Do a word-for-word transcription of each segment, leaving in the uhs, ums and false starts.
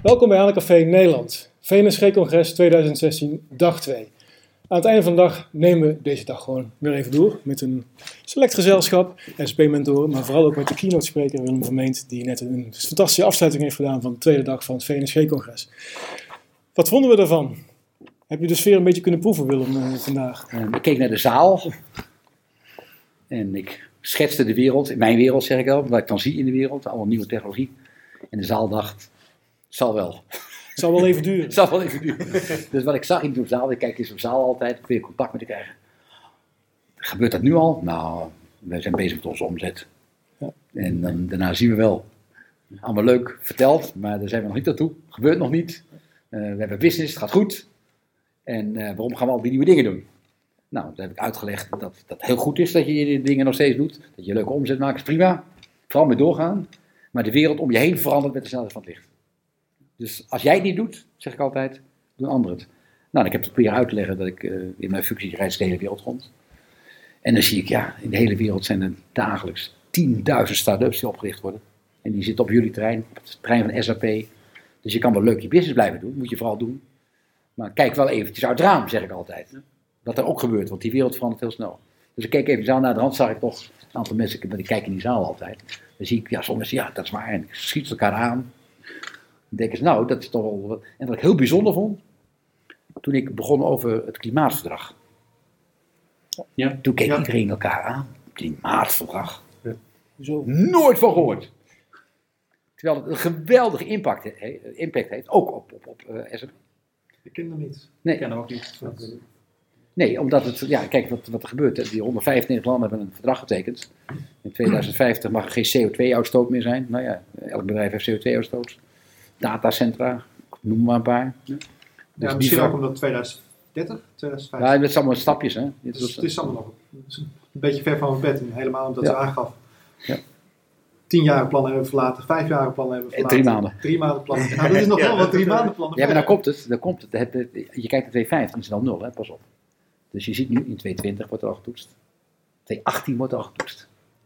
Welkom bij Hanecafé Nederland, V N S G-congres twintig zestien, dag twee. Aan het einde van de dag nemen we deze dag gewoon weer even door met een select gezelschap, S P-mentoren, maar vooral ook met de keynote-spreker Willem Vermeend, die net een fantastische afsluiting heeft gedaan van de tweede dag van het V N S G-congres. Wat vonden we daarvan? Heb je de sfeer een beetje kunnen proeven, Willem, uh, vandaag? Uh, ik keek naar de zaal en ik schetste de wereld, in mijn wereld zeg ik wel, wat ik dan zie in de wereld, allemaal nieuwe technologie. En de zaal dacht, het zal wel. Het zal wel even duren. Het zal wel even duren. Dus wat ik zag in de zaal, ik kijk in zo'n zaal altijd, ik probeer contact met te krijgen. Gebeurt dat nu al? Nou, wij zijn bezig met onze omzet. Ja. En dan, daarna zien we wel. Allemaal leuk verteld, maar daar zijn we nog niet naartoe. Gebeurt nog niet. Uh, we hebben business, het gaat goed. En uh, waarom gaan we al die nieuwe dingen doen? Nou, dan heb ik uitgelegd dat dat heel goed is dat je die dingen nog steeds doet. Dat je leuke omzet maakt, is prima. Vooral mee doorgaan. Maar de wereld om je heen verandert met de snelheid van het licht. Dus als jij het niet doet, zeg ik altijd, doen anderen het. Nou, ik heb het proberen uit te leggen dat ik uh, in mijn functie reis de hele wereld rond. En dan zie ik, ja, in de hele wereld zijn er dagelijks tienduizend start-ups die opgericht worden. En die zitten op jullie terrein, op het terrein van S A P. Dus je kan wel leuk je business blijven doen, moet je vooral doen. Maar kijk wel eventjes uit het raam, zeg ik altijd. Wat er ook gebeurt, want die wereld verandert heel snel. Dus ik keek even aan, naar de hand zag ik toch een aantal mensen, want ik kijk in die zaal altijd. Dan zie ik, ja, sommige mensen, ja, dat is waar. En ik schiet elkaar aan. Dan denken ze, nou, dat is toch wel wat. En wat ik heel bijzonder vond, toen ik begon over het klimaatverdrag. Ja. Toen keek ja. iedereen elkaar aan. Klimaatverdrag. Ja. Zo. Nooit van gehoord. Terwijl het een geweldige impact, he, impact heeft, ook op, op, op uh, S A P. Ik ken hem niet. Nee. Ik ken hem ook niet. Nee, omdat het, ja, kijk wat, wat er gebeurt. Die honderdvijfennegentig landen hebben een verdrag getekend. In tweeduizend vijftig mag er geen C O twee uitstoot meer zijn. Nou ja, elk bedrijf heeft C O twee uitstoot. Datacentra, noem maar een paar. Ja, dus ja misschien ook omdat tweeduizend dertig, tweeduizend vijftig. Ja, het is allemaal stapjes, hè. Het is, het is allemaal nog een beetje ver van mijn bed. Helemaal omdat ja. ze aangaf. Ja. Tien jaar plannen hebben we verlaten, vijf jaar plannen hebben we verlaten. Drie maanden. Drie maanden plannen. Nou, dat is nog wel wat drie maanden plannen. Ja, maar dan komt het. Dan komt het. het, het je kijkt naar tweeduizend vijftien, is het al nul, hè, pas op. Dus je ziet nu, in tweeduizend twintig wordt er al getoetst. tweeduizend achttien wordt er al getoetst.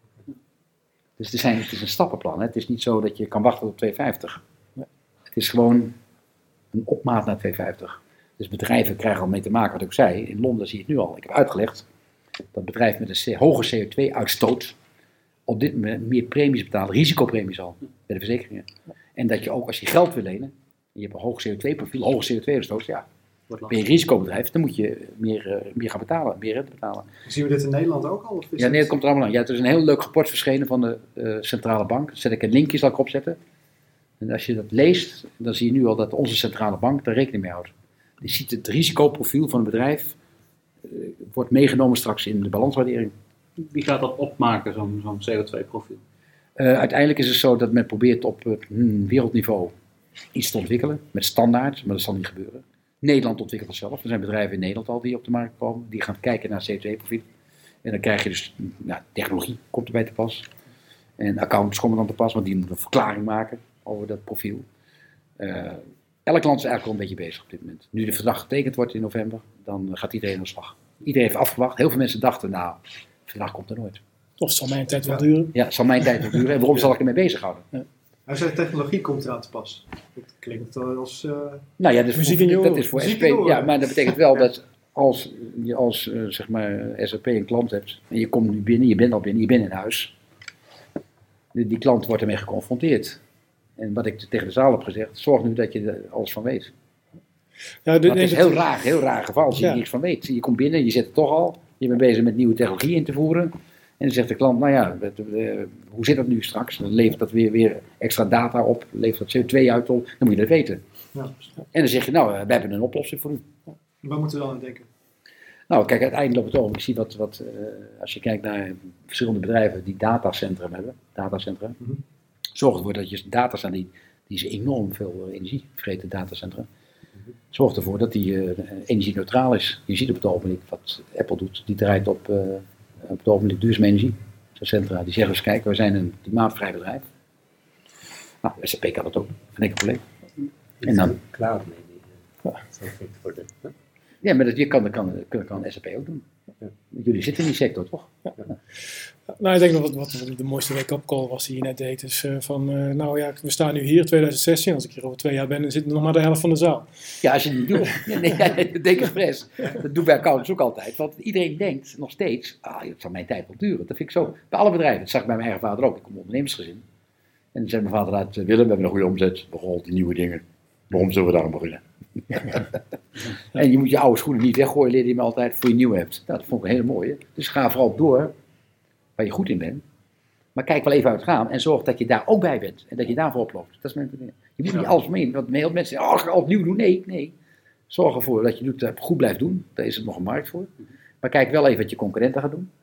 Dus er zijn, het is een stappenplan. Hè. Het is niet zo dat je kan wachten tot tweeduizend vijftig. Het is gewoon een opmaat naar tweeduizend vijftig. Dus bedrijven krijgen al mee te maken, wat ik zei. In Londen zie je het nu al. Ik heb uitgelegd dat bedrijven met een hoge C O twee uitstoot op dit moment meer premies betalen, risicopremies al, bij de verzekeringen. En dat je ook als je geld wil lenen, en je hebt een hoog C O twee profiel, hoge C O twee uitstoot, ja, ben je een risicobedrijf, dan moet je meer, uh, meer gaan betalen, meer rente betalen. Zien we dit in Nederland ook al? Of is ja, nee, dat komt er allemaal aan. Ja, er is een heel leuk rapport verschenen van de uh, centrale bank. Daar zet ik een linkje, zal ik opzetten. En als je dat leest, dan zie je nu al dat onze centrale bank daar rekening mee houdt. Je ziet het risicoprofiel van een bedrijf, uh, wordt meegenomen straks in de balanswaardering. Wie gaat dat opmaken, zo'n, zo'n C O twee profiel? Uh, uiteindelijk is het zo dat men probeert op uh, hmm, wereldniveau iets te ontwikkelen, met standaard, maar dat zal niet gebeuren. Nederland ontwikkelt het zelf. Er zijn bedrijven in Nederland al die op de markt komen, die gaan kijken naar C O twee profiel. En dan krijg je dus, nou, technologie komt erbij te pas. En accountants komen dan te pas, want die moeten een verklaring maken over dat profiel. Uh, elk land is eigenlijk al een beetje bezig op dit moment. Nu de verdrag getekend wordt in november, dan gaat iedereen aan de slag. Iedereen heeft afgewacht. Heel veel mensen dachten, nou, het verdrag komt er nooit. Of het zal mijn tijd wel duren. Ja, het zal mijn tijd wel duren. En waarom zal ik ermee bezighouden? Ja. Hij zei, technologie komt eraan te pas. Dat klinkt als... Uh, nou ja, dat is muziek voor, in je dat is voor S A P. Ja, maar dat betekent wel dat als je als uh, zeg maar S A P een klant hebt en je komt nu binnen, je bent al binnen, je bent in huis. Die, die klant wordt ermee geconfronteerd. En wat ik tegen de zaal heb gezegd, zorg nu dat je er alles van weet. Ja, de, het is een heel raar, heel raar geval als je ja. er niks van weet. Je komt binnen, je zit er toch al, je bent bezig met nieuwe technologie in te voeren. En dan zegt de klant, nou ja, hoe zit dat nu straks? Dan levert dat weer, weer extra data op, levert dat C O twee uit op, dan moet je dat weten. Ja. En dan zeg je, nou, we hebben een oplossing voor u. Waar moeten we dan aan denken? Nou, kijk, uiteindelijk loopt het om. Ik zie wat, wat uh, als je kijkt naar verschillende bedrijven die datacentrum hebben, datacentra, mm-hmm. zorg ervoor dat je datacentra, die, die is enorm veel energie vreten, datacentra. Mm-hmm. Zorg ervoor dat die uh, energie-neutraal is. Je ziet op het ogenblik wat Apple doet, die draait op... Uh, op het ogenblik duurzame energie. Zo'n centra, die zeggen eens, kijk, wij zijn een klimaatvrij bedrijf. Nou, S A P kan dat ook, geen enkel probleem. En dan... Cloud mee. Ja, ja maar dat je kan, kan, kan, kan S A P ook doen. Ja. Jullie zitten in die sector, toch? Ja. Nou, ik denk dat wat, wat de mooiste wake-up call was die je net deed. Dus uh, van, uh, nou ja, we staan nu hier, twintig zestien. Als ik hier over twee jaar ben, dan zit er nog maar de helft van de zaal. Ja, als je het niet doet. Nee, nee, nee, dat denk ik expres. Dat doen wij accountants ook altijd. Want iedereen denkt nog steeds, ah, het zal mijn tijd wel duren. Dat vind ik zo. Bij alle bedrijven. Dat zag ik bij mijn eigen vader ook. Ik kom ondernemersgezin. En dan zei mijn vader uit, Willem, we hebben een goede omzet. We rollen die nieuwe dingen. Waarom zullen we daarom beginnen? En je moet je oude schoenen niet weggooien, leerde je me altijd, voor je nieuwe hebt. Nou, dat vond ik een hele mooie. Dus ga vooral door waar je goed in bent. Maar kijk wel even uit het raam en zorg dat je daar ook bij bent. En dat je daarvoor oploopt. Dat is mijn probleem. Je moet niet alles mee. Want heel mensen zeggen, oh, ga alles nieuw doen. Nee, nee. Zorg ervoor dat je het goed blijft doen. Daar is er nog een markt voor. Maar kijk wel even wat je concurrenten gaan doen.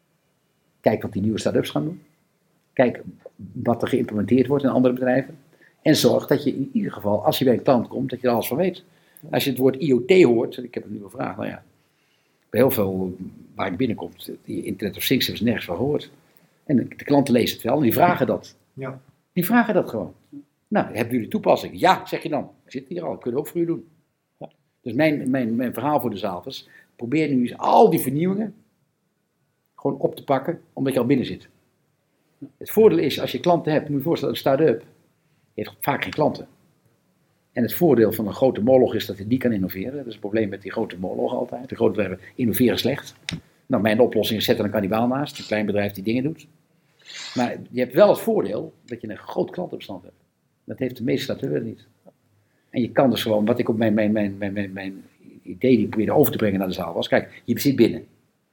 Kijk wat die nieuwe start-ups gaan doen. Kijk wat er geïmplementeerd wordt in andere bedrijven. En zorg dat je in ieder geval, als je bij een klant komt, dat je er alles van weet. Als je het woord I O T hoort, ik heb een nieuwe vraag, nou ja. Bij heel veel waar ik binnenkom, die Internet of Things hebben ze nergens van gehoord. En de klanten lezen het wel en die vragen dat. Ja. Die vragen dat gewoon. Nou, hebben jullie toepassing? Ja, zeg je dan. Ik zit hier al, kunnen we ook voor u doen. Ja. Dus mijn, mijn, mijn verhaal voor de zaal was, probeer nu eens al die vernieuwingen gewoon op te pakken, omdat je al binnen zit. Het voordeel is, als je klanten hebt, moet je je voorstellen, een start-up heeft vaak geen klanten. En het voordeel van een grote moloch is dat hij niet kan innoveren. Dat is het probleem met die grote moloch altijd. De grote bedrijven innoveren slecht. Nou, mijn oplossing is zetten een kannibaal naast. Een klein bedrijf die dingen doet. Maar je hebt wel het voordeel dat je een groot klantenbestand hebt. Dat heeft de meeste start-ups niet. En je kan dus gewoon, wat ik op mijn, mijn, mijn, mijn, mijn, mijn idee die ik probeerde over te brengen naar de zaal was. Kijk, je zit binnen.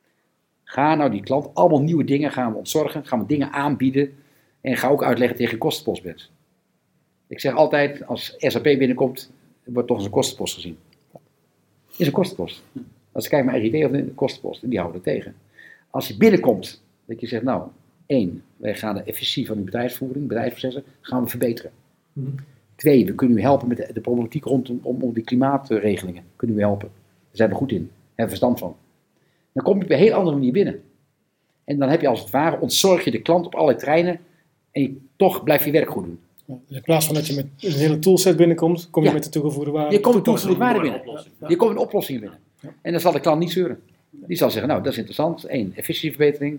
Ga nou die klant allemaal nieuwe dingen gaan we ontzorgen. Gaan we dingen aanbieden. En ga ook uitleggen dat je geen kostenpost bent. Ik zeg altijd, als S A P binnenkomt, wordt toch als een kostenpost gezien. Het is een kostenpost. Als ik kijk naar R I D of een kostenpost, die houden er tegen. Als je binnenkomt, dat je zegt, nou, één, wij gaan de efficiëntie van uw bedrijfsvoering, bedrijfsprocessen, gaan we verbeteren. Mm-hmm. Twee, we kunnen u helpen met de, de problematiek rondom om, om die klimaatregelingen. Kunnen we helpen. Daar zijn we goed in. Daar hebben we verstand van. Dan kom je op een heel andere manier binnen. En dan heb je als het ware, ontzorg je de klant op allerlei terreinen en je, toch blijf je werk goed doen. Ja, dus in plaats van dat je met een hele toolset binnenkomt, kom je ja. met de toegevoegde waarde. Je komt met toegevoegde waarde binnen. Ja. Je komt met oplossingen binnen. Ja. En dan zal de klant niet zeuren. Die zal zeggen, nou dat is interessant. Eén, efficiëntieverbetering.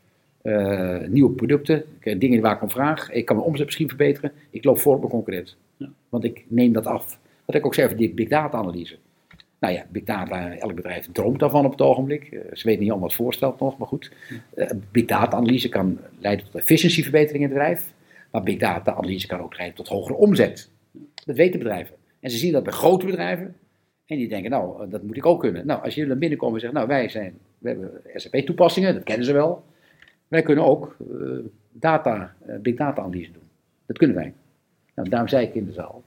Uh, nieuwe producten. Dingen waar ik om vraag. Ik kan mijn omzet misschien verbeteren. Ik loop voor op mijn concurrent. Ja. Want ik neem dat af. Wat ik ook zei over die big data analyse. Nou ja, big data, elk bedrijf droomt daarvan op het ogenblik. Uh, ze weten niet allemaal wat het voorstelt nog, maar goed. Uh, big data analyse kan leiden tot efficiëntieverbetering in het bedrijf. Maar big data analyse kan ook leiden tot hogere omzet. Dat weten bedrijven. En ze zien dat bij grote bedrijven. En die denken, nou, dat moet ik ook kunnen. Nou, als jullie naar binnen komen en zeggen, nou, wij zijn, we hebben S A P-toepassingen, dat kennen ze wel. Wij kunnen ook uh, data, uh, big data analyse doen. Dat kunnen wij. Nou, daarom zei ik in de zaal,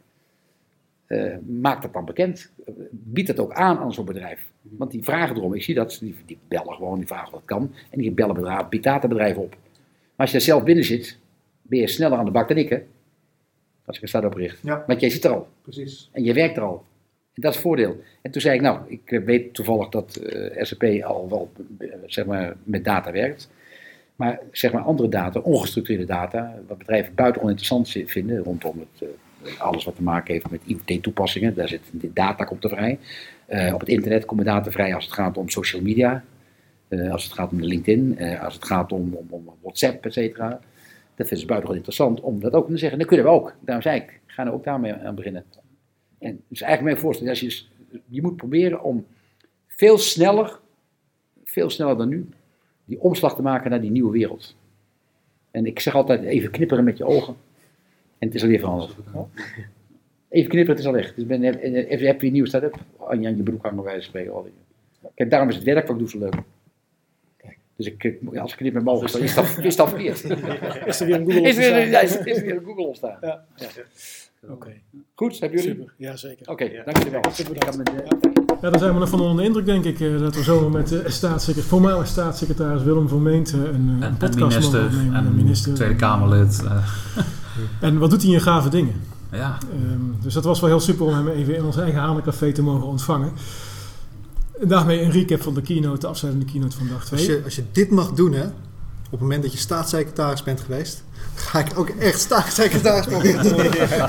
uh, maak dat dan bekend. Uh, bied dat ook aan aan zo'n bedrijf. Want die vragen erom, ik zie dat, die, die bellen gewoon, die vragen wat kan. En die bellen bedrijven, big data bedrijven op. Maar als je er zelf binnen zit, ben je sneller aan de bak dan ik, hè? Als ik een start-up richt. Ja. Want jij zit er al. Precies. En je werkt er al. En dat is het voordeel. En toen zei ik, nou, ik weet toevallig dat uh, S A P al wel, uh, zeg maar, met data werkt. Maar, zeg maar, andere data, ongestructureerde data, wat bedrijven buitengewoon interessant vinden, rondom het, uh, alles wat te maken heeft met I O T-toepassingen. Daar zit data komt er vrij. Uh, op het internet komt data vrij als het gaat om social media. Uh, als het gaat om LinkedIn. Uh, als het gaat om, om, om WhatsApp, et cetera. Dat vinden ze buitengewoon interessant om dat ook te zeggen. Dat kunnen we ook. Daarom zei ik, ga er ook daarmee aan beginnen. En dat is eigenlijk mijn voorstel. Als je, je moet proberen om veel sneller, veel sneller dan nu, die omslag te maken naar die nieuwe wereld. En ik zeg altijd, even knipperen met je ogen. En het is alweer veranderd. Even knipperen, het is al weg. Dus ben, heb, heb je een nieuwe start-up? Aan je broek hangen wij spreken. Kijk, daarom is het werk wat ik doe zo leuk. Dus ik, als ik knip met mijn ogen, is dat, is dat verkeerd. Is er weer een Google is er, ja, is, is er weer een Google ontstaan. Ja. Ja. Oké. Okay. Goed, hebben jullie? Super, ja zeker. Oké, okay, ja. Dank jullie wel. Ja, dan zijn we nog van onder de indruk, denk ik, uh, dat we zo met de staatssecretaris, voormalig staatssecretaris Willem Vermeent een, een, een podcast minister, mogen opnemen. En een minister. Tweede Kamerlid. Uh. En wat doet hij in gave dingen? Ja. Um, dus dat was wel heel super om hem even in ons eigen Hanencafé te mogen ontvangen. Daarmee een recap van de keynote, de afsluitende keynote van dag twee. Als je, als je dit mag doen, hè, op het moment dat je staatssecretaris bent geweest, ga ik ook echt staatssecretaris proberen te worden. Ja,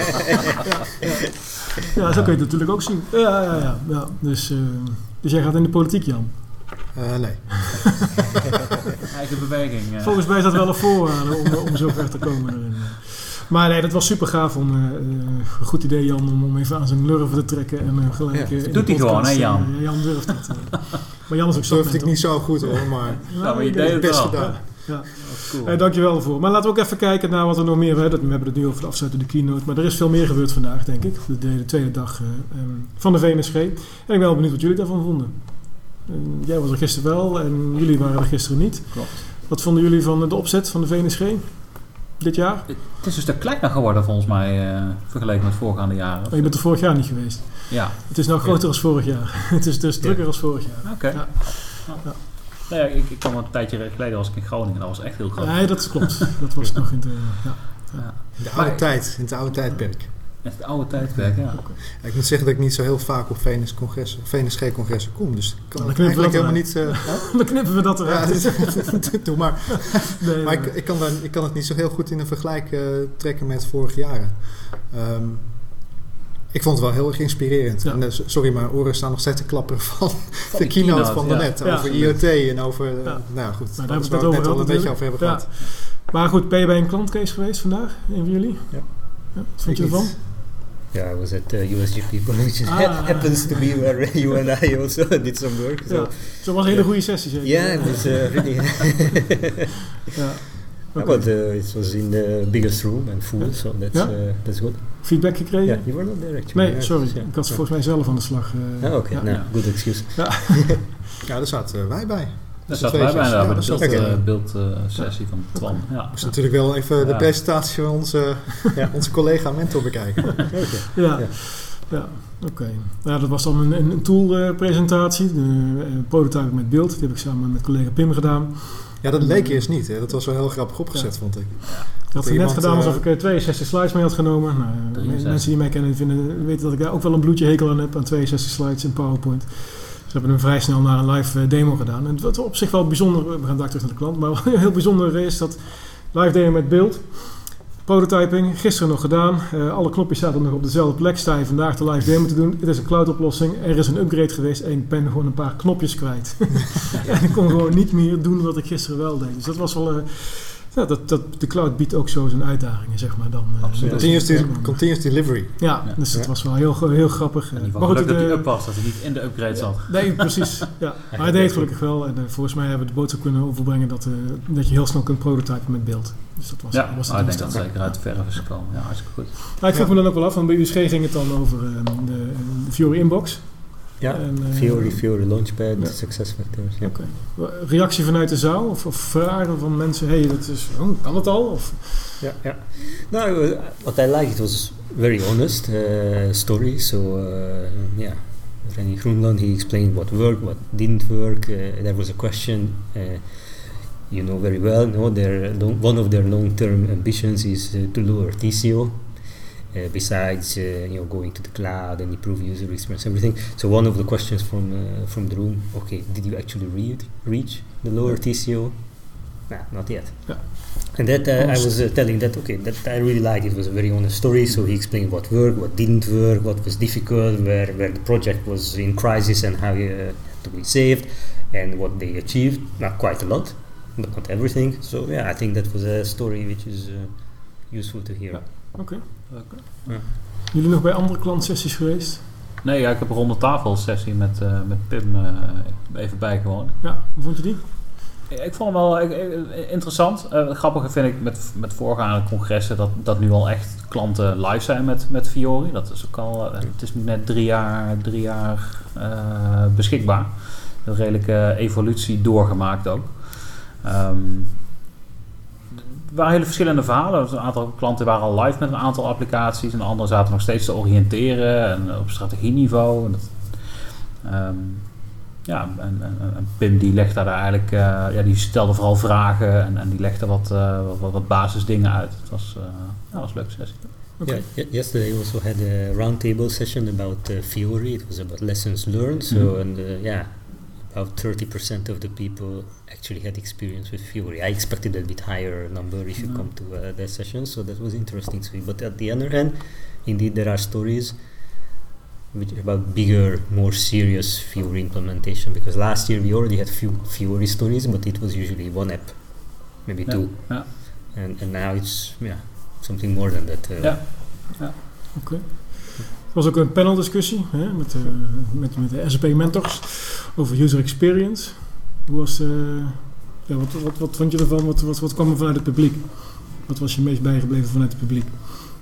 ja. ja, zo kun je het natuurlijk ook zien. Ja, ja, ja. ja. Dus, uh, dus jij gaat in de politiek, Jan? Uh, nee. Eigen beweging. Uh. Volgens mij is dat wel een voorwaarde om, om zo ver te komen erin. Maar nee, dat was super gaaf. Om, uh, uh, goed idee Jan om, om even aan zijn lurven te trekken. En uh, gelijk, ja, uh, dat doet hij gewoon, hè Jan? Uh, Jan durft het. Uh. Maar Jan is ook zo. Dat durfde ik niet zo goed hoor, maar ja, maar je deed het best wel. gedaan. Ja. Ja. Cool. Uh, dankjewel ervoor. Maar laten we ook even kijken naar wat er nog meer... Hè. Dat, we hebben het nu over de afsluitende keynote. Maar er is veel meer gebeurd vandaag, denk ik. De, de, de tweede dag uh, um, van de V N S G. En ik ben wel benieuwd wat jullie daarvan vonden. Uh, jij was er gisteren wel en jullie waren er gisteren niet. Klopt. Wat vonden jullie van de opzet van de V N S G dit jaar? Het is een stuk kleiner geworden volgens mij, uh, vergeleken met voorgaande jaren. Oh, je bent er vorig jaar niet geweest? Ja. Het is nou groter ja. als vorig jaar. Het is dus drukker ja. als vorig jaar. Oké. Okay. Ja. Ja. Nee, ja, ik, ik kwam een tijdje geleden was ik in Groningen. Dat was echt heel groot. Nee, dat klopt. Dat was nog in de... Ja. Ja. In de oude maar, tijd. In het oude tijdperk. In het oude tijdperk, ja. Okay. Ik moet zeggen dat ik niet zo heel vaak op V N S G-congressen kom. Dus ik kan nou, eigenlijk helemaal niet... Uh, dan knippen we dat eruit. Ja, doe maar. Nee, maar ik, ik, kan dan, ik kan het niet zo heel goed in een vergelijk uh, trekken met vorige jaren. Um, ik vond het wel heel erg inspirerend. Ja. En, uh, sorry, maar oren staan nog steeds te klapperen van, van de keynote, keynote van daarnet. Ja. Over ja. I O T en over... Uh, ja. Nou goed, maar daar hebben we het net al een beetje over hebben ja. gehad. Maar goed, ben je bij een klantcase geweest vandaag? Een van jullie? Ja. Ja, wat vond je ervan? Yeah, I was at uh, U S G P, which ah. happens to be where you and I also did some work. So, ja. so was een hele goede sessie, zeker? Yeah, it was uh, really... ja. Okay. But uh, it was in the biggest room and full, yeah. so that's, yeah. uh, that's good. Feedback gekregen? Yeah, you were not there actually. Nee, sorry. Yeah. Ik was yeah. volgens mij zelf aan de slag. Uh, oh, oké. Okay. Ja. No, good excuse. Ja, ja daar zaten wij bij. Daar zaten wij bij, bij de beeld, beeld uh, sessie van Twan. Okay. Ja. Dus natuurlijk wel even ja. de presentatie van onze, ja, onze collega mentor bekijken. Okay. Ja, ja. ja oké. Okay. Nou, dat was dan een, een, een tool uh, presentatie, de uh, prototype met beeld. Die heb ik samen met collega Pim gedaan. Ja, dat leek eerst niet. Hè. Dat was wel heel grappig opgezet, ja. vond ik. Ja. Ik had het net gedaan alsof ik uh, tweeënzestig slides mee had genomen. Nou, mensen die mij kennen vinden, weten dat ik daar ook wel een bloedje hekel aan heb, aan tweeënzestig slides in PowerPoint. Dus we hebben hem vrij snel naar een live demo gedaan. En wat op zich wel bijzonder, we gaan daar terug naar de klant, maar wat heel bijzonder is dat live demo met beeld, prototyping, gisteren nog gedaan. Uh, alle knopjes zaten nog op dezelfde plek. Sta je vandaag de live demo te doen. Het is een cloud oplossing. Er is een upgrade geweest en ik ben gewoon een paar knopjes kwijt. En ik kon gewoon niet meer doen wat ik gisteren wel deed. Dus dat was wel... Uh, Ja, dat, dat, de cloud biedt ook zo zijn uitdagingen, zeg maar. Dan, Absoluut. Continuous, de, continuous delivery. Ja, ja. dus dat ja. was wel heel, heel grappig. En maar geluk dat hij up was, dat hij niet in de upgrade zat. Nee, precies. Ja. Maar hij deed het gelukkig wel. En uh, volgens mij hebben we de boodschap kunnen overbrengen dat, uh, dat je heel snel kunt prototypen met beeld. Dus dat was, ja, was oh, ik denk dat het zeker uit de verf is gekomen. Ja, hartstikke goed. Maar ik vroeg ja. me dan ook wel af, want bij U S G ging het dan over uh, de, de Fiori Inbox. Ja, en, uh, Fiori, Fiori Launchpad, ja. SuccessFactors. Ja. Okay. Reactie vanuit de zaal of, of vragen van mensen, hey, dat is, oh, kan het al? Of? Ja, ja. No, what I liked, it was very honest uh, story. So, uh, yeah, René Groenland, he explained what worked, what didn't work. Uh, there was a question, uh, you know very well, no, their, one of their long-term ambitions is uh, to lower T C O. Uh, besides, uh, you know, going to the cloud and improve user experience, everything. So one of the questions from uh, from the room, okay, did you actually read, reach the lower T C O? Nah, not yet. Yeah. And that uh, I was uh, telling that, okay, that I really liked. It was a very honest story. So he explained what worked, what didn't work, what was difficult, where where the project was in crisis and how uh, to be saved, and what they achieved. Not quite a lot, but not everything. So yeah, I think that was a story which is uh, useful to hear. Yeah. Oké. Okay. Okay. Ja. Jullie nog bij andere klantsessies geweest? Nee, ja, ik heb een ronde tafel sessie met, uh, met Pim uh, even bijgewoond. Ja, hoe vond je die? Ik vond hem wel uh, interessant. Uh, het grappige vind ik met, met voorgaande congressen dat, dat nu al echt klanten live zijn met, met Fiori. Dat is ook al, uh, het is nu net drie jaar, drie jaar uh, beschikbaar. Een redelijke evolutie doorgemaakt ook. Um, Er waren hele verschillende verhalen. Een aantal klanten waren al live met een aantal applicaties. En anderen zaten nog steeds te oriënteren en op strategieniveau. En dat, um, ja, en, en, en Pim die legde daar eigenlijk, uh, ja, die stelde vooral vragen en, en die legde wat, uh, wat, wat basisdingen uit. Het was, uh, ja, was een leuke sessie. Okay. Yeah, yesterday we also had a roundtable session about uh, Fiori. It was about lessons learned. So mm-hmm. and uh, yeah. About thirty percent of the people actually had experience with Fiori. I expected a bit higher number if you mm. come to uh, that session, so that was interesting to see. But at the other hand, indeed there are stories which about bigger, more serious Fiori implementation. Because last year we already had few Fiori stories, but it was usually one app, maybe Ja. two, Ja. and and now it's yeah something more than that. Uh, Ja. Oké. Okay. Er was ook een paneldiscussie hè, met, uh, met, met de S A P mentors over user experience. Hoe was, uh, ja, wat, wat, wat vond je ervan? Wat, wat, wat kwam er vanuit het publiek? Wat was je meest bijgebleven vanuit het publiek?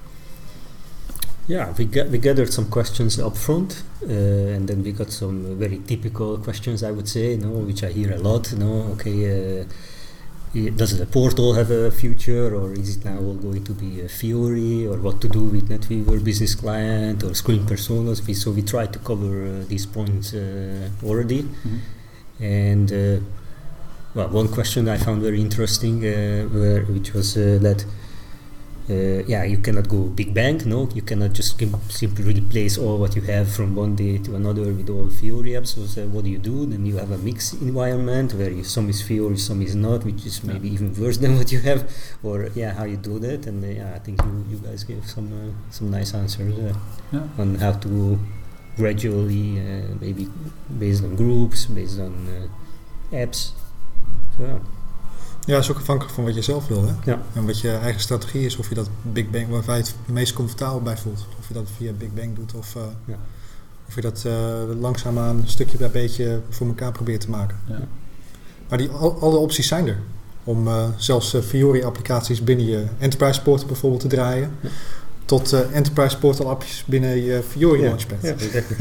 Yeah, we ga- we gathered some questions up front, uh, and then we got some very typical questions, I would say, no, which I hear a lot. No, okay, uh, i- does the portal have a future, or is it now all going to be a Fiori, or what to do with NetWeaver Business Client or Screen Personas? We, so we tried to cover uh, these points uh, already, Mhm. and uh, well, one question I found very interesting, uh, where, which was uh, that. Uh, yeah, you cannot go big bang, no? You cannot just sim- simply replace all what you have from one day to another with all Fiori apps. So, so what do you do? Then you have a mixed environment where you, some is Fiori, some is not, which is maybe even worse than what you have. Or yeah, how you do that? And uh, yeah, I think you, you guys gave some uh, some nice answers uh, Ja. on how to gradually, uh, maybe based on groups, based on uh, apps. So yeah. Ja, dat is ook afhankelijk van wat je zelf wil. Hè? Ja. En wat je eigen strategie is. Of je dat Big Bang, waar je het meest comfortabel bij voelt. Of je dat via Big Bang doet. Of, uh, Ja. of je dat uh, langzaamaan een stukje bij beetje voor elkaar probeert te maken. Ja. Maar die, al, alle opties zijn er. Om uh, zelfs uh, Fiori-applicaties binnen je Enterprise Portal bijvoorbeeld te draaien. Ja. Tot uh, Enterprise Portal appjes binnen je Fiori Ja. Launchpad. Ja, exactly.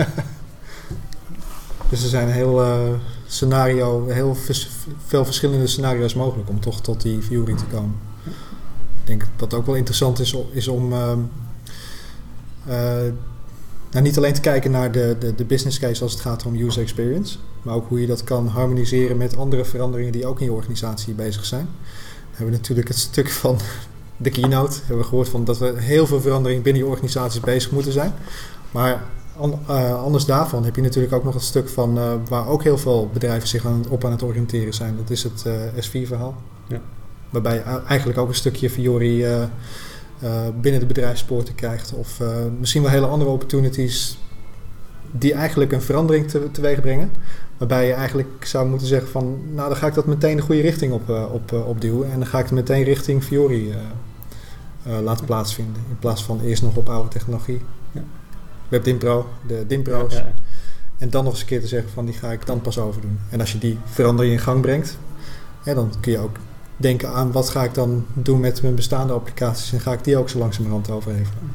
Dus er zijn heel, uh, scenario, heel vers- veel verschillende scenario's mogelijk om toch tot die Fiori te komen. Ik denk dat ook wel interessant is, is om uh, uh, nou, niet alleen te kijken naar de, de, de business case als het gaat om user experience, maar ook hoe je dat kan harmoniseren met andere veranderingen die ook in je organisatie bezig zijn. We hebben natuurlijk het stuk van de keynote, hebben we gehoord van dat we heel veel veranderingen binnen je organisaties bezig moeten zijn. Maar An, uh, anders daarvan heb je natuurlijk ook nog het stuk van uh, waar ook heel veel bedrijven zich aan, op aan het oriënteren zijn. Dat is het uh, S vier verhaal. Ja. Waarbij je uh, eigenlijk ook een stukje Fiori uh, uh, binnen de bedrijfspoorten krijgt. Of uh, misschien wel hele andere opportunities die eigenlijk een verandering te, teweeg brengen. Waarbij je eigenlijk zou moeten zeggen van, nou dan ga ik dat meteen de goede richting op, uh, op, uh, opduwen. En dan ga ik het meteen richting Fiori uh, uh, laten plaatsvinden. In plaats van eerst nog op oude technologie. Ja. WebDimpro, de Dimpro's. Ja, ja. En dan nog eens een keer te zeggen van die ga ik dan pas overdoen. En als je die verandering in gang brengt, hè, dan kun je ook denken aan wat ga ik dan doen met mijn bestaande applicaties en ga ik die ook zo langzamerhand overhevelen.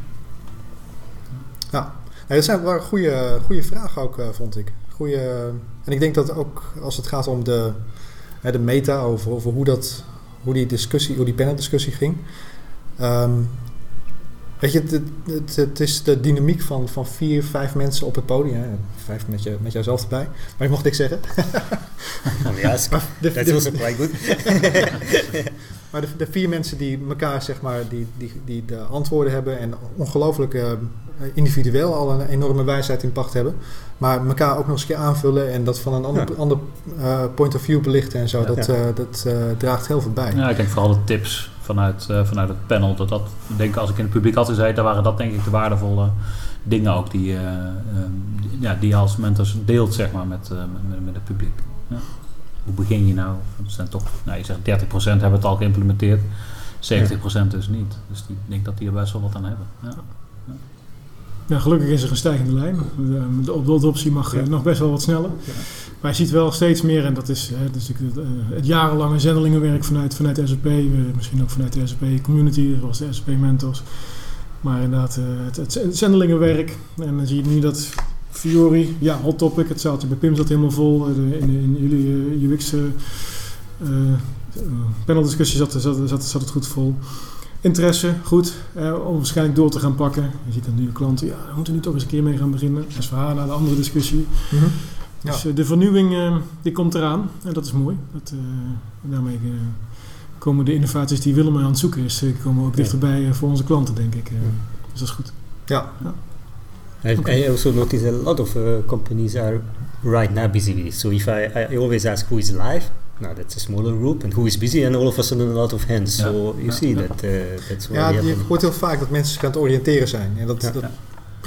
Ja, nee, dat zijn, waren goede, goede vragen ook, uh, vond ik. Goeie, uh, en ik denk dat ook als het gaat om de, hè, de meta, over, over hoe, dat, hoe die discussie, hoe die paneldiscussie ging. Um, Weet je, het, het, het is de dynamiek van, van vier, vijf mensen op het podium. Hè. Vijf met, je, met jouzelf erbij. Maar je mocht niks zeggen. Only ask. De, That's de, also quite good. maar de, de vier mensen die elkaar, zeg maar, die, die, die de antwoorden hebben en ongelooflijk uh, individueel al een enorme wijsheid in pacht hebben. Maar elkaar ook nog eens een keer aanvullen en dat van een ander, Ja. ander uh, point of view belichten en zo. Ja. Dat, uh, dat uh, draagt heel veel bij. Ja, ik denk vooral de tips vanuit, uh, vanuit het panel. Dat dat, ik denk als ik in het publiek had gezeten, waren dat denk ik de waardevolle dingen ook die, uh, um, die, ja, die je als mentors deelt, zeg maar, met, uh, met, met het publiek. Ja. Hoe begin je nou? Er zijn toch, nou, je zegt dertig procent hebben het al geïmplementeerd, zeventig procent dus niet. Dus die, ik denk dat die er best wel wat aan hebben. Ja. Ja, gelukkig is er een stijgende lijn. De adoptie mag Ja. nog best wel wat sneller. Ja. Maar je ziet wel steeds meer, en dat is, hè, dat is natuurlijk het, uh, het jarenlange zendelingenwerk vanuit, vanuit S A P, uh, misschien ook vanuit de S A P community, zoals de S A P mentors. Maar inderdaad, uh, het, het zendelingenwerk. En dan zie je nu dat Fiori, ja, hot topic, het zaaltje bij Pim zat helemaal vol. Uh, de, in, in jullie uh, U X uh, uh, paneldiscussie zat, zat, zat, zat het goed vol. Interesse, goed, eh, om waarschijnlijk door te gaan pakken. Je ziet dan nu de klanten, ja, we moeten nu toch eens een keer mee gaan beginnen. S V H naar de andere discussie. Mm-hmm. Ja. Dus uh, de vernieuwing, uh, die komt eraan. En dat is mooi. Dat, uh, daarmee uh, komen de innovaties die Willem aan het zoeken is, uh, komen ook dichterbij uh, voor onze klanten, denk ik. Uh, dus dat is goed. Ja. Ja. I, Okay. I also notice a lot of uh, companies are right now busy with it. So if I, I always ask who is live, now that's a smaller group, and who is busy, and all of a sudden a lot of hands. Ja. So you Ja. see Ja. that uh, that's what Ja, we je have. hoort heel vaak dat mensen zich aan het oriënteren zijn. En dat, Ja. dat Ja.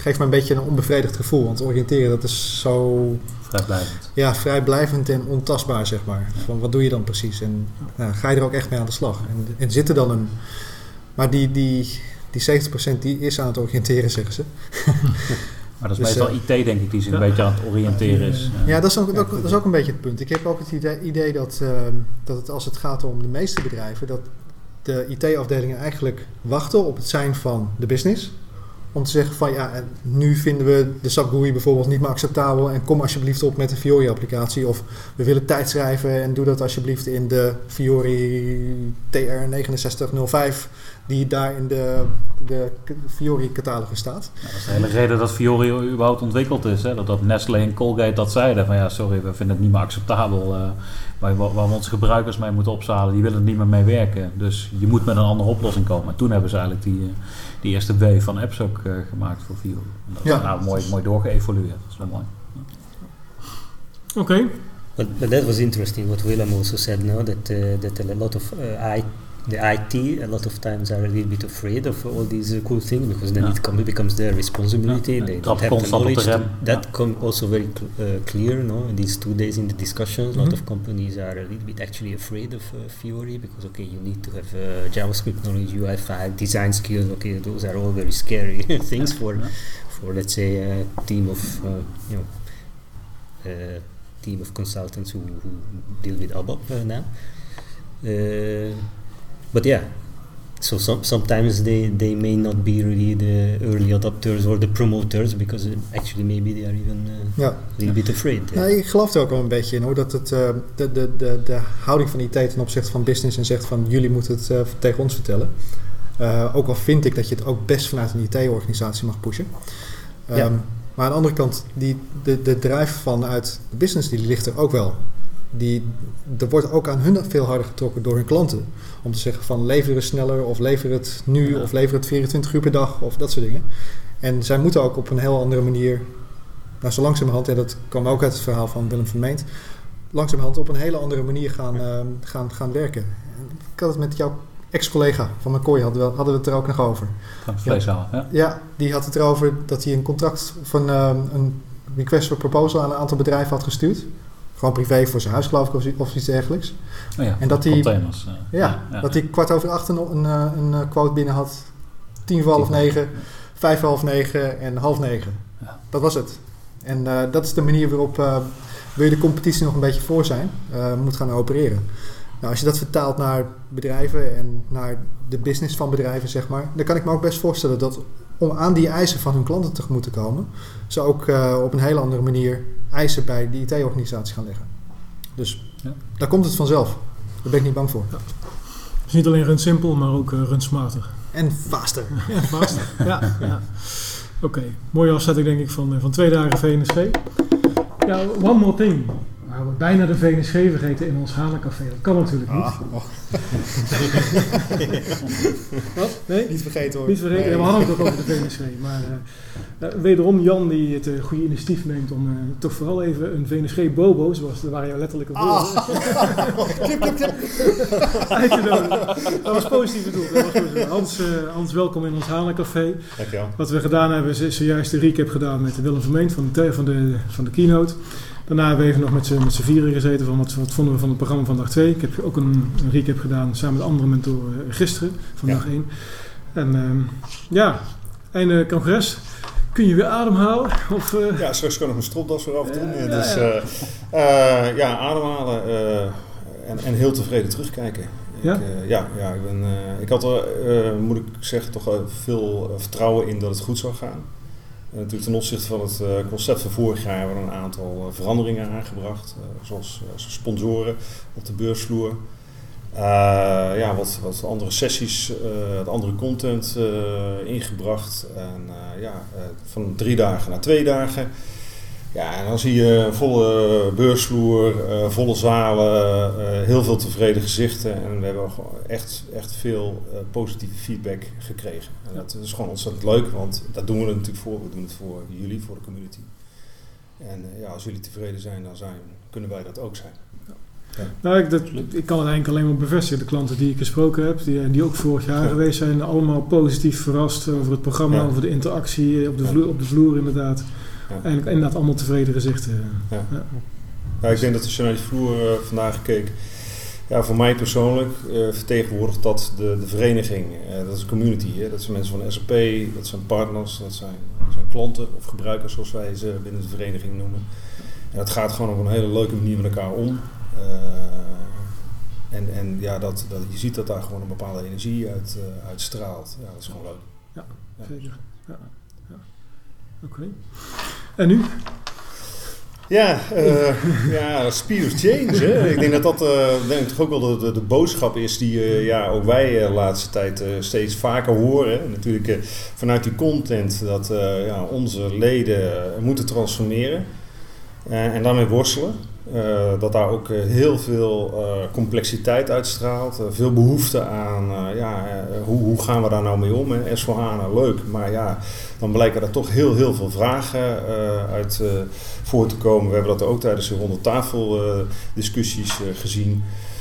geeft me een beetje een onbevredigd gevoel. Want oriënteren, dat is zo... Vrijblijvend. Ja, vrijblijvend en ontastbaar, zeg maar. Van wat doe je dan precies? En nou, ga je er ook echt mee aan de slag? En, en zit er dan een... Maar die, die, die zeventig procent die is aan het oriënteren, zeggen ze. Maar dat is Dus, meestal uh, I T, denk ik, die zich ja. een beetje aan het oriënteren is. Ja, dat is ook, ook, dat is ook een beetje het punt. Ik heb ook het idee, idee dat, uh, dat het, als het gaat om de meeste bedrijven, dat de I T-afdelingen eigenlijk wachten op het zijn van de business. Om te zeggen van ja, nu vinden we de S A P G U I bijvoorbeeld niet meer acceptabel en kom alsjeblieft op met de Fiori-applicatie. Of we willen tijd schrijven en doe dat alsjeblieft in de Fiori T R negen zes nul vijf die daar in de, de Fiori-catalogus staat. Nou, dat is de hele reden dat Fiori überhaupt ontwikkeld is. Hè? Dat, dat Nestlé en Colgate dat zeiden van ja, sorry, we vinden het niet meer acceptabel. Uh, waar, waar we onze gebruikers mee moeten opzalen, die willen er niet meer mee werken. Dus je moet met een andere oplossing komen. En toen hebben ze eigenlijk die... Uh, die eerste W van apps ook uh, gemaakt voor Fiori. En dat Ja. is nou mooi, mooi doorgeëvolueerd. Dat is wel mooi. Oké. Okay. But, but that was interesting what Willem also said now, that uh, that a lot of uh, I, the I T a lot of times are a little bit afraid of all these uh, cool things because then Ja. it come, becomes their responsibility. Ja. They Trap don't have the constant op de knowledge. rem. To, that Ja. come also very cl- uh, clear. No, in these two days in the discussions, a lot Mhm. of companies are a little bit actually afraid of uh, Fiori because okay, you need to have uh, JavaScript knowledge, U I five, design skills. Okay, those are all very scary things Ja. for Ja. for let's say a team of uh, you know. Uh, team of consultants who, who deal with ABAP uh, now. Uh, but yeah, so some, sometimes they, they may not be really the early adopters or the promoters because uh, actually maybe they are even uh, Ja. a little bit afraid. Uh, Nou, ik geloof er ook wel een beetje in hoor, dat het, uh, de, de, de, de houding van I T ten opzichte van business en zegt van jullie moeten het uh, tegen ons vertellen. Uh, ook al vind ik dat je het ook best vanuit een I T-organisatie mag pushen. Um, Ja. Maar aan de andere kant, die, de, de drive vanuit de business die ligt er ook wel. Die, er wordt ook aan hun veel harder getrokken door hun klanten. Om te zeggen van lever het sneller of lever het nu Ja. of lever het vierentwintig uur per dag of dat soort dingen. En zij moeten ook op een heel andere manier, nou zo langzamerhand, en dat kwam ook uit het verhaal van Willem van Meent, langzamerhand op een hele andere manier gaan, uh, gaan, gaan werken. Ik had het met jouw ex-collega van McCoy, hadden we, hadden we het er ook nog over. Van vleeshalen, ja. Ja, die had het erover dat hij een contract of een, uh, een request for proposal aan een aantal bedrijven had gestuurd. Gewoon privé voor zijn huis geloof ik of, of iets dergelijks. Oh ja, En dat die- containers. Uh, Ja, ja, dat hij kwart over acht een, een, uh, een uh, quote binnen had. Tien voor half negen, vijf voor half negen en half negen. Ja. Dat was het. En uh, dat is de manier waarop uh, wil je de competitie nog een beetje voor zijn, uh, moet gaan opereren. Nou, als je dat vertaalt naar bedrijven en naar de business van bedrijven, zeg maar, dan kan ik me ook best voorstellen dat om aan die eisen van hun klanten tegemoet te komen, ze ook uh, op een hele andere manier eisen bij die I T-organisatie gaan leggen. Dus Ja. daar komt het vanzelf. Daar ben ik niet bang voor. Dus niet alleen run simpel, maar ook uh, run smarter. En faster. Ja, vast. ja, ja. Oké, okay. Mooie afzetting denk ik van, van twee dagen V N S G. Ja, one more thing. We hebben bijna de V N S G vergeten in ons Hanencafé. Dat kan natuurlijk niet. Ah, oh. Wat? Nee? Niet vergeten hoor. Niet vergeten. Nee. Ja, we hadden het ook over de V N S G. Maar uh, uh, wederom Jan die het uh, goede initiatief neemt om uh, toch vooral even een V N S G Bobo, zoals daar waren jouw letterlijke woorden. Uit te nodigen. Dat was positief bedoeld. Dat was positief. Hans, uh, Hans, welkom in ons Hanencafé. Dankjewel. Wat we gedaan hebben is zojuist de recap gedaan met Willem Vermeent van de, van de, van de keynote. Daarna hebben we even nog met z'n, met z'n vieren gezeten van wat, wat vonden we van het programma van dag twee. Ik heb ook een, een recap gedaan samen met andere mentoren gisteren van Ja. dag één. En um, ja, einde congres. Kun je weer ademhalen? Of, uh... Ja, straks kan ik mijn stropdas weer afdoen. Ja, ja, dus ja. uh, uh, ja, ademhalen uh, en, en heel tevreden terugkijken. Ja? Ik, uh, ja, ja, ik, ben, uh, ik had er, uh, moet ik zeggen, toch uh, veel uh, vertrouwen in dat het goed zou gaan. Uh, natuurlijk ten opzichte van het uh, concept van vorig jaar hebben we een aantal uh, veranderingen aangebracht. Uh, zoals uh, sponsoren op de beursvloer. Uh, ja, wat, wat andere sessies, uh, andere content uh, ingebracht. En uh, ja, uh, van drie dagen naar twee dagen. Ja, en dan zie je een volle beursvloer, uh, volle zalen, uh, heel veel tevreden gezichten. En we hebben gewoon echt, echt veel uh, positieve feedback gekregen. En dat is gewoon ontzettend leuk, want daar doen we het natuurlijk voor. We doen het voor jullie, voor de community. En uh, ja, als jullie tevreden zijn, dan zijn, kunnen wij dat ook zijn. Ja. Nou, ik, dat, ik kan het eigenlijk alleen maar bevestigen. De klanten die ik gesproken heb, die, die ook vorig jaar ja. geweest zijn, allemaal positief verrast over het programma, ja. over de interactie op de vloer, op de vloer inderdaad. Ja. Eigenlijk inderdaad allemaal tevreden gezichten. Ja. Ja. Ja, ik denk dat als je naar die vloer uh, vandaag keek, ja, voor mij persoonlijk uh, vertegenwoordigt dat de, de vereniging. Uh, dat is een community. Hè? Dat zijn mensen van S A P, dat zijn partners, dat zijn, dat zijn klanten of gebruikers zoals wij ze binnen de vereniging noemen. En dat gaat gewoon op een hele leuke manier met elkaar om. Uh, en en ja, dat, dat, je ziet dat daar gewoon een bepaalde energie uit, uh, uit straalt. Ja, dat is gewoon leuk. Ja, ja. zeker. Ja. Ja. Oké. Okay. En nu? Ja, uh, ja, speed of change. Hè. Ik denk dat dat uh, denk ik toch ook wel de, de, de boodschap is die uh, ja, ook wij de uh, laatste tijd uh, steeds vaker horen. En natuurlijk uh, vanuit die content dat uh, ja, onze leden uh, moeten transformeren uh, en daarmee worstelen. Uh, dat daar ook uh, heel veel uh, complexiteit uitstraalt, uh, veel behoefte aan, uh, ja, uh, hoe, hoe gaan we daar nou mee om? S vier HANA, leuk, maar ja, dan blijken er toch heel, heel veel vragen uh, uit uh, voor te komen. We hebben dat ook tijdens de ronde tafel uh, discussies uh, gezien.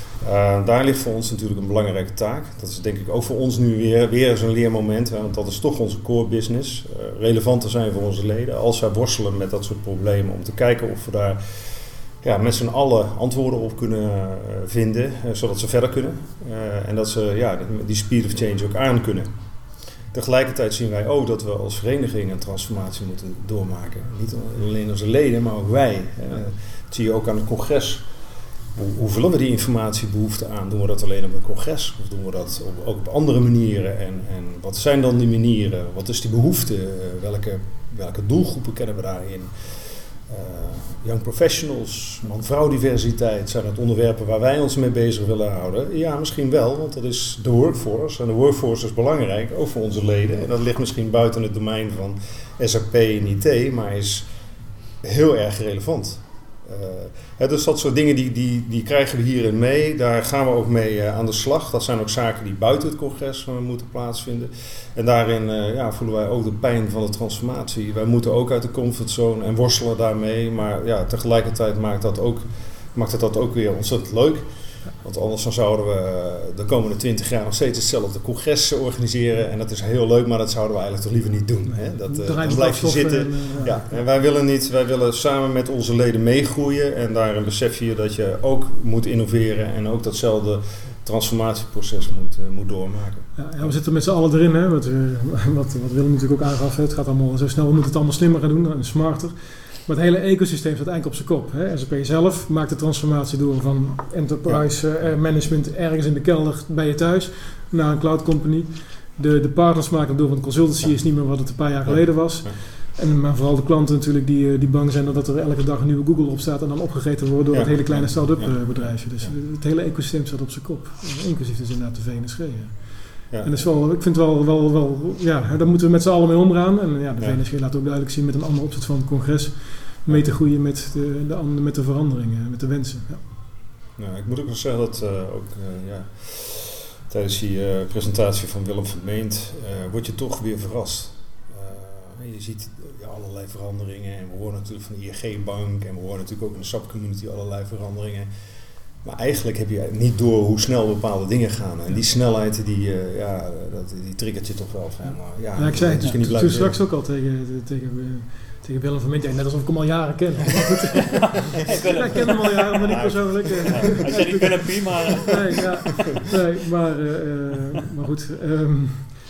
Uh, daar ligt voor ons natuurlijk een belangrijke taak. Dat is denk ik ook voor ons nu weer, weer eens een leermoment, hè, want dat is toch onze core business. Uh, relevant te zijn voor onze leden als zij worstelen met dat soort problemen, om te kijken of we daar ja, met z'n allen antwoorden op kunnen uh, vinden, uh, zodat ze verder kunnen. Uh, en dat ze ja, die speed of change ook aan kunnen. Tegelijkertijd zien wij ook dat we als vereniging een transformatie moeten doormaken. Niet alleen onze leden, maar ook wij. Uh, dat zie je ook aan het congres. Hoe, hoe vullen we die informatiebehoefte aan? Doen we dat alleen op het congres? Of doen we dat op, ook op andere manieren? En, en wat zijn dan die manieren? Wat is die behoefte? Uh, welke, welke doelgroepen kennen we daarin? Uh, young professionals, man-vrouw diversiteit, zijn dat onderwerpen waar wij ons mee bezig willen houden? Ja, misschien wel, want dat is de workforce. En de workforce is belangrijk, ook voor onze leden. En dat ligt misschien buiten het domein van S A P en I T, maar is heel erg relevant. Uh, hè, dus dat soort dingen die, die, die krijgen we hierin mee. Daar gaan we ook mee uh, aan de slag. Dat zijn ook zaken die buiten het congres uh, moeten plaatsvinden. En daarin uh, ja, voelen wij ook de pijn van de transformatie. Wij moeten ook uit de comfortzone en worstelen daarmee. Maar ja, tegelijkertijd maakt, dat ook, maakt het dat ook weer ontzettend leuk. Want anders dan zouden we de komende twintig jaar nog steeds hetzelfde congres organiseren. En dat is heel leuk, maar dat zouden we eigenlijk toch liever niet doen. Hè? Dat, uh, dan blijf je zitten. En, uh, ja. En wij willen niet, wij willen samen met onze leden meegroeien. En daarin besef je dat je ook moet innoveren en ook datzelfde transformatieproces moet, uh, moet doormaken. Ja, ja, we zitten met z'n allen erin. Hè? Wat, uh, wat, wat Willem natuurlijk ook aangaf. Het gaat allemaal zo snel, we moeten het allemaal slimmer gaan doen en smarter. Maar het hele ecosysteem staat eigenlijk op zijn kop. Hè. S A P zelf maakt de transformatie door van enterprise uh, management ergens in de kelder bij je thuis naar een cloud company. De, de partners maken het door, want consultancy is niet meer wat het een paar jaar geleden was. En, maar vooral de klanten natuurlijk die, die bang zijn dat er elke dag een nieuwe Google op staat en dan opgegeten wordt door ja. het hele kleine start-up ja. bedrijfje. Dus ja. het hele ecosysteem staat op zijn kop. Inclusief dus inderdaad de V N S G. Ja. Ja. En dat is wel, ik vind het wel, wel, wel, ja, daar moeten we met z'n allen mee omgaan. En ja, de ja. V N S G laat ook duidelijk zien met een ander opzet van het congres mee te groeien met de, de, met de veranderingen, met de wensen. Ja. Nou, ik moet ook wel zeggen dat uh, ook uh, ja, tijdens die uh, presentatie van Willem van Meent uh, word je toch weer verrast. Uh, je ziet ja, allerlei veranderingen en we horen natuurlijk van de I N G-bank en we horen natuurlijk ook in de S A P-community allerlei veranderingen. Maar eigenlijk heb je niet door hoe snel bepaalde dingen gaan. En die snelheid, die, uh, ja, dat, die triggert je toch wel. Van, maar, ja, ja, ik zei het ja, toen straks ook al tegen, tegen, tegen Willem van Meent. Ja, net alsof ik hem al jaren ken. Maar goed, ja, ik ken hem al jaren, maar niet persoonlijk. Hij zei niet kunnen prima. Nee, ja, nee, maar, uh, maar goed. Um,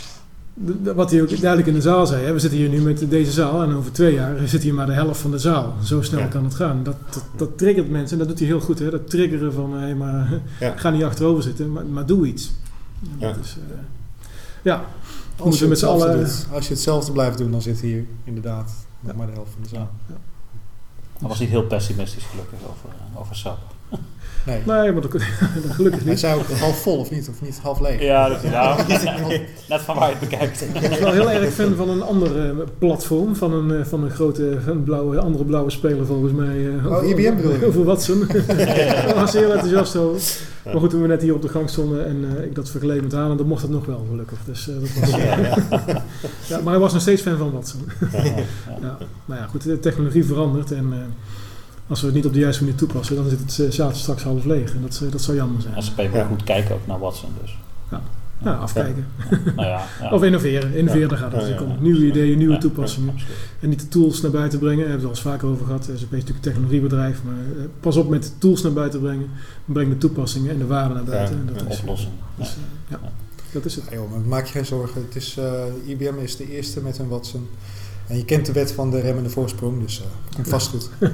de, wat hij ook duidelijk in de zaal zei. Hè, we zitten hier nu met deze zaal en over twee jaar zit hier maar de helft van de zaal. Zo snel ja. kan het gaan. Dat, dat, dat triggert mensen en dat doet hij heel goed. Hè? Dat triggeren van, hé, maar ja. ga niet achterover zitten, maar, maar doe iets. Ja. Dat is, uh, ja. Als je, met z'n allen, doet, als je hetzelfde blijft doen, dan zit hier inderdaad nog ja. maar de helft van de zaal. Ja. Hij was niet heel pessimistisch gelukkig over, over S A P. Nee, nee maar dat, dat gelukkig niet. Hij zei ook half vol of niet, of niet half leeg. Ja, dat, ja net van waar je het bekijkt. Ik ben wel heel erg fan van een ander uh, platform, van een, uh, van een grote, een blauwe, andere blauwe speler volgens mij. Uh, oh, I B M bedoel je? Over Watson. Daar was heel enthousiast over. Ja. Maar goed, toen we net hier op de gang stonden en uh, ik dat vergeleek met Haaland, dan mocht het nog wel gelukkig. Dus, uh, dat was, uh, ja, ja. ja, maar hij was nog steeds fan van Watson. ja, ja. Nou ja, goed, de technologie verandert en... Uh, als we het niet op de juiste manier toepassen, dan zit het uh, zaterdag straks half leeg. En dat, uh, dat zou jammer zijn. En ze even ja. goed kijken ook naar Watson dus. Ja, ja afkijken. Ja. nou ja, ja. Of innoveren. Innoveren, daar gaat het. Ja, ja, ja, ja. Nieuwe ideeën, nieuwe ja, toepassingen. Ja, en niet de tools naar buiten brengen. Daar hebben we het al eens vaker over gehad. S A P is natuurlijk een technologiebedrijf. Maar uh, pas op met de tools naar buiten brengen. Breng de toepassingen en de waarde naar buiten. Ja, en dat ja, is oplossen. Dus, uh, ja. ja. Dat is het. Ja, joh, maar maak je geen zorgen. Het is, uh, I B M is de eerste met hun Watson. En je kent de wet van de remmende voorsprong, dus uh, komt vast goed. Oké.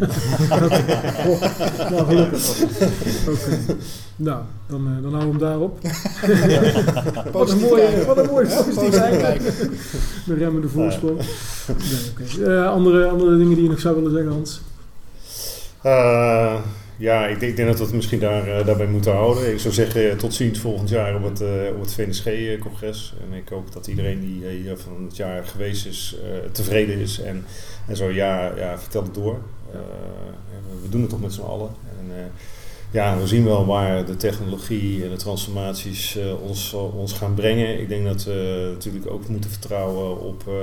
Nou, gelukkig. Okay. Nou, dan, uh, dan houden we hem daarop. Ja. Wat een mooie, wat een mooie positief eigenlijk. De remmende voorsprong. Nee, okay. uh, andere, andere dingen die je nog zou willen zeggen, Hans? Uh, ja, ik denk, ik denk dat we het misschien daar, uh, daarbij moeten houden. Ik zou zeggen, tot ziens volgend jaar op het, uh, op het V N S G-congres. En ik hoop dat iedereen die hier van het jaar geweest is, uh, tevreden is. En, en zo, ja, ja, vertel het door. Uh, we doen het toch met z'n allen. En, uh, ja, we zien wel waar de technologie en de transformaties uh, ons, uh, ons gaan brengen. Ik denk dat we natuurlijk ook moeten vertrouwen op uh,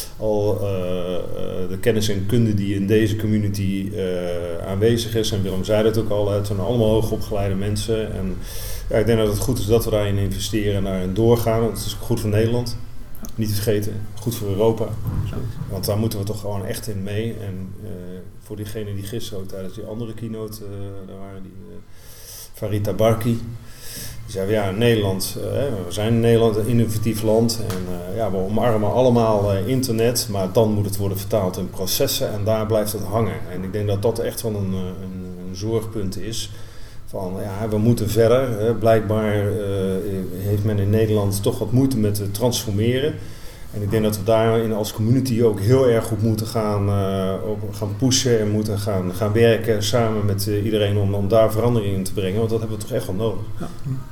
al uh, uh, de kennis en kunde die in deze community uh, aanwezig is. En Willem zei dat ook al, het zijn allemaal hoogopgeleide mensen. En ja, ik denk dat het goed is dat we daarin investeren en daarin doorgaan. Het is ook goed voor Nederland. Niet te vergeten, goed voor Europa. Want daar moeten we toch gewoon echt in mee. En uh, voor diegenen die gisteren ook tijdens die andere keynote, uh, daar waren die uh, Farid Tabarki. Die zei, ja, Nederland, uh, we zijn in Nederland een innovatief land. En uh, ja, we omarmen allemaal uh, internet, maar dan moet het worden vertaald in processen. En daar blijft het hangen. En ik denk dat dat echt wel een, een, een zorgpunt is. Van, ja, we moeten verder. Hè. Blijkbaar uh, heeft men in Nederland toch wat moeite met het transformeren. En ik denk dat we daarin als community ook heel erg goed moeten gaan, uh, op, gaan pushen en moeten gaan, gaan werken samen met uh, iedereen om, om daar verandering in te brengen. Want dat hebben we toch echt wel nodig. Ja.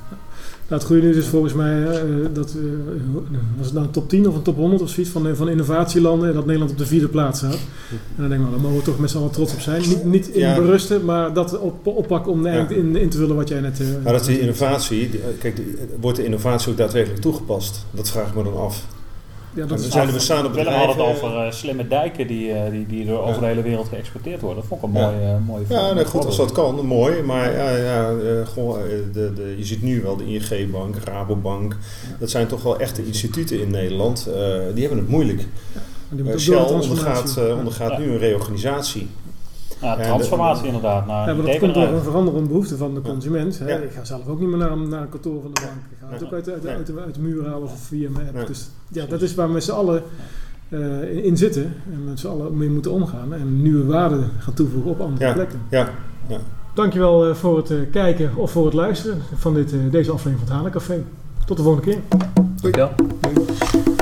Nou, het goede nieuws is volgens mij, uh, dat, uh, was het nou een top tien of een top honderd of zoiets van, uh, van innovatielanden, dat Nederland op de vierde plaats staat. En dan denk ik, nou, daar mogen we toch met z'n allen trots op zijn. Niet, niet in ja. berusten, maar dat op, oppakken om ja. in, in te vullen wat jij net... Uh, nou, dat is die innovatie. Die, kijk, die, wordt de innovatie ook daadwerkelijk toegepast? Dat vraag ik me dan af. Ja, dat er zijn er bestaande bedrijven... We hadden het over uh, slimme dijken die, uh, die, die door over ja. de hele wereld geëxporteerd worden. Dat vond ik een ja. mooie, uh, mooie Ja, nee, goed als dat kan, mooi. Maar ja, ja, uh, gewoon, de, de, je ziet nu wel de I N G-bank, Rabobank. Ja. Dat zijn toch wel echte instituten in Nederland. Uh, die hebben het moeilijk. Ja. Uh, Shell ondergaat, uh, ondergaat ja. nu een reorganisatie. Ja, transformatie de, inderdaad. Naar ja, maar dat komt door een veranderende behoefte van de consument. Hè. Ja. Ik ga zelf ook niet meer naar, naar een kantoor van de bank. Ik ga het ja. ook uit, uit, uit, uit de muur halen of via mijn app. Ja. Dus ja, dat is waar we met z'n allen uh, in, in zitten en met z'n allen mee moeten omgaan. En nieuwe waarden gaan toevoegen op andere ja. plekken. Ja. Ja. Dankjewel uh, voor het uh, kijken of voor het luisteren van dit, uh, deze aflevering van het Hanencafé. Tot de volgende keer. Doei. Doei.